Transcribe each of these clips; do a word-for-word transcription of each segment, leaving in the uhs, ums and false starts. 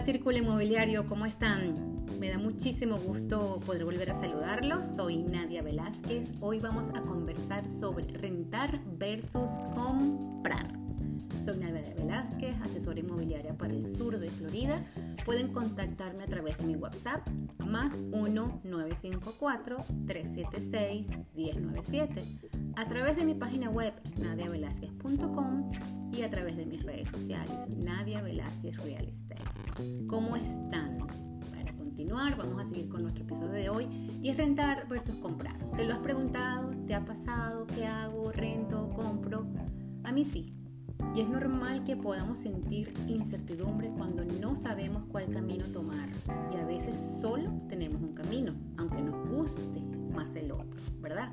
Círculo Inmobiliario, ¿cómo están? Me da muchísimo gusto poder volver a saludarlos. Soy Nadia Velázquez. Hoy vamos a conversar sobre rentar versus comprar. Soy Nadia Velázquez, asesora inmobiliaria para el sur de Florida. Pueden contactarme a través de mi WhatsApp, más uno nueve cinco cuatro, tres siete seis, uno cero nueve siete, a través de mi página web, nadia velázquez punto com, y a través de mis redes sociales, Nadia Velázquez Real Estate. ¿Cómo están? Para continuar, vamos a seguir con nuestro episodio de hoy, y es rentar versus comprar. ¿Te lo has preguntado? ¿Te ha pasado? ¿Qué hago? ¿Rento? ¿Compro? A mí sí. Y es normal que podamos sentir incertidumbre cuando no sabemos cuál camino tomar. Y a veces solo tenemos un camino, aunque nos guste más el otro, ¿verdad?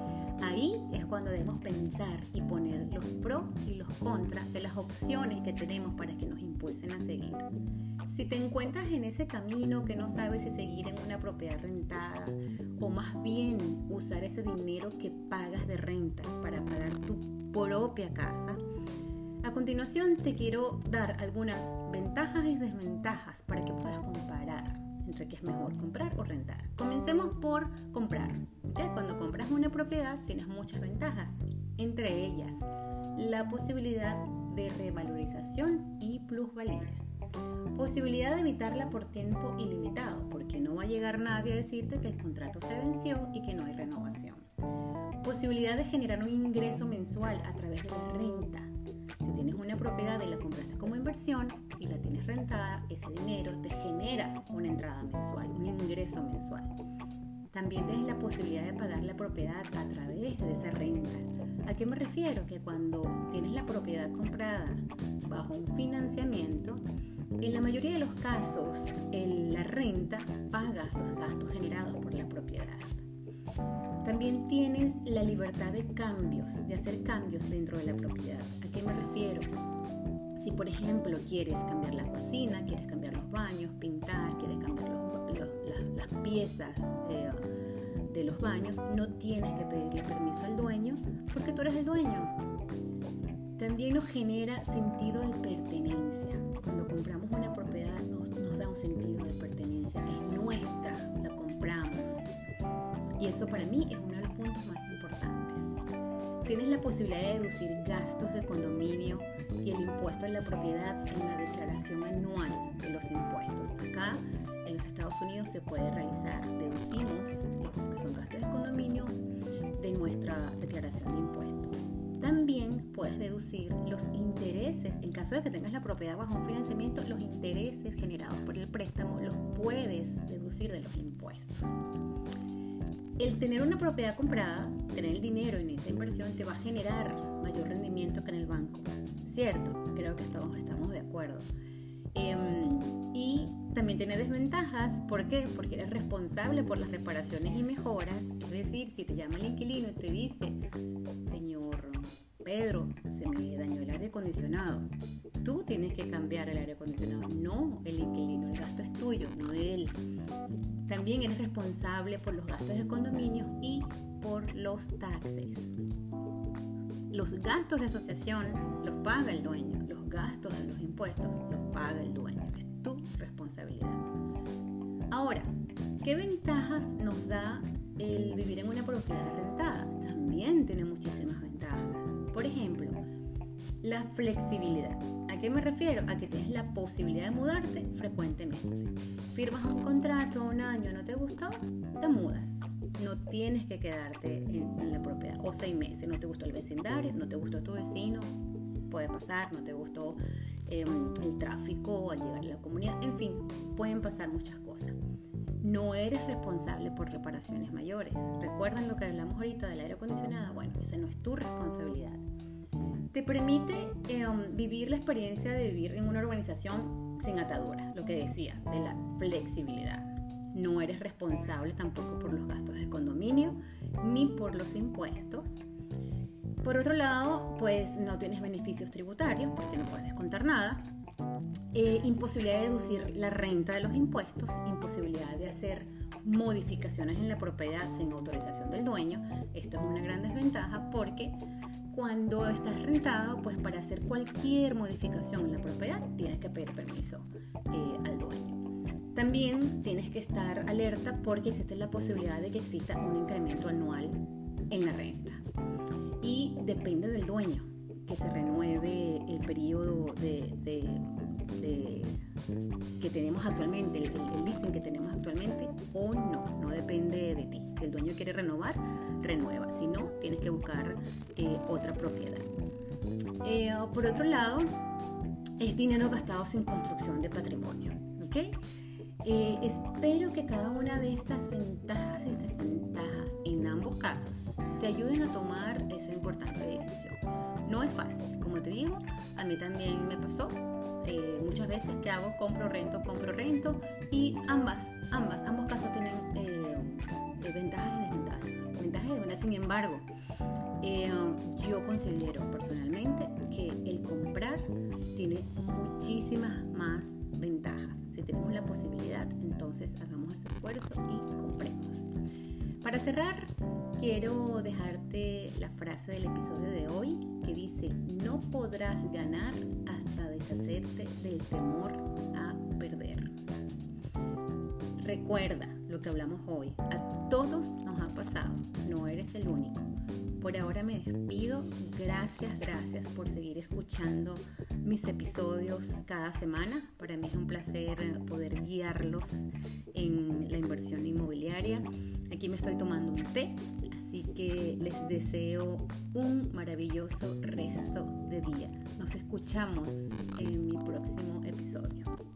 Ahí es cuando debemos pensar y poner los pros y los contras de las opciones que tenemos para que nos impulsen a seguir. Si te encuentras en ese camino que no sabes si seguir en una propiedad rentada o más bien usar ese dinero que pagas de renta para pagar tu propia casa, a continuación te quiero dar algunas ventajas y desventajas para que puedas comparar entre qué es mejor, comprar o rentar. Comencemos por comprar. ¿Okay? Cuando compras una propiedad tienes muchas ventajas, entre ellas la posibilidad de revalorización y plusvalía. Posibilidad de evitarla por tiempo ilimitado, porque no va a llegar nadie a decirte que el contrato se venció y que no hay renovación. Posibilidad de generar un ingreso mensual a través de la renta. Si tienes una propiedad y la compraste como inversión y la tienes rentada, ese dinero te genera una entrada mensual, un ingreso mensual. También tienes la posibilidad de pagar la propiedad a través de esa renta. ¿A qué me refiero? Que cuando tienes la propiedad comprada bajo un financiamiento, en la mayoría de los casos, el, la renta paga los gastos generados por la propiedad. También tienes la libertad de cambios, de hacer cambios dentro de la propiedad. ¿A qué me refiero? Si, por ejemplo, quieres cambiar la cocina, quieres cambiar los baños, pintar, quieres cambiar los, los, las, las piezas eh, de los baños, no tienes que pedirle permiso al dueño porque tú eres el dueño. También nos genera sentido de pertenencia. Cuando compramos una propiedad nos, nos da un sentido de pertenencia. Es nuestra, la compramos. Y eso para mí es uno de los puntos más importantes. Tienes la posibilidad de deducir gastos de condominio y el impuesto en la propiedad en la declaración anual de los impuestos. Acá en los Estados Unidos se puede realizar, deducimos los que son gastos de condominios de nuestra declaración de impuestos. También puedes deducir los intereses, en caso de que tengas la propiedad bajo un financiamiento, los intereses generados por el préstamo los puedes deducir de los impuestos. El tener una propiedad comprada, tener el dinero en esa inversión te va a generar mayor rendimiento que en el banco, ¿cierto? Creo que estamos, estamos de acuerdo. Eh, y también tiene desventajas, ¿por qué? Porque eres responsable por las reparaciones y mejoras, es decir, si te llama el inquilino y te dice, señor Pedro, se me dañó el aire acondicionado, tú tienes que cambiar el aire acondicionado, no el inquilino, el gasto es tuyo, no de él. También eres responsable por los gastos de condominio y por los taxes. Los gastos de asociación los paga el dueño, los gastos de los impuestos los paga el dueño, es tu responsabilidad. Ahora, ¿qué ventajas nos da el vivir en una propiedad rentada? También tiene muchísimas ventajas. Por ejemplo, la flexibilidad. ¿A qué me refiero? A que tienes la posibilidad de mudarte frecuentemente. Firmas un contrato un año, ¿no te gustó? Te mudas. No tienes que quedarte en, en la propiedad. O seis meses, no te gustó el vecindario, no te gustó tu vecino, puede pasar, no te gustó eh, el tráfico al llegar a la comunidad. En fin, pueden pasar muchas cosas. No eres responsable por reparaciones mayores. ¿Recuerdan lo que hablamos ahorita del aire acondicionado? Bueno, esa no es tu responsabilidad. Te permite eh, vivir la experiencia de vivir en una urbanización sin ataduras, lo que decía, de la flexibilidad. No eres responsable tampoco por los gastos de condominio ni por los impuestos. Por otro lado, pues no tienes beneficios tributarios porque no puedes descontar nada. Eh, imposibilidad de deducir la renta de los impuestos, imposibilidad de hacer modificaciones en la propiedad sin autorización del dueño. Esto es una gran desventaja porque cuando estás rentado, pues para hacer cualquier modificación en la propiedad tienes que pedir permiso eh, al dueño. También tienes que estar alerta porque existe la posibilidad de que exista un incremento anual en la renta. Y depende del dueño que se renueve el periodo de, de, de, que tenemos actualmente, el, el leasing que tenemos actualmente o no. No depende de ti. Si el dueño quiere renovar, renueva. Si no, tienes que buscar eh, otra propiedad. Eh, por otro lado, es dinero gastado sin construcción de patrimonio. ¿Ok? Eh, espero que cada una de estas ventajas y desventajas en ambos casos te ayuden a tomar esa importante decisión. No es fácil, como te digo, a mí también me pasó eh, muchas veces que hago compro, rento, compro, rento y ambas, ambas, ambos casos tienen eh, ventajas y desventajas. Ventajas y desventajas, sin embargo, eh, yo considero personalmente que el comprar tiene muchísimas más ventajas. Si tenemos la posibilidad, entonces hagamos ese esfuerzo y compremos. Para cerrar, quiero dejarte la frase del episodio de hoy que dice: no podrás ganar hasta deshacerte del temor a perder. Recuerda lo que hablamos hoy. A todos nos ha pasado. No eres el único. Por ahora me despido. Gracias, gracias por seguir escuchando mis episodios cada semana. Para mí es un placer poder guiarlos en la inversión inmobiliaria. Aquí me estoy tomando un té, así que les deseo un maravilloso resto de día. Nos escuchamos en mi próximo episodio.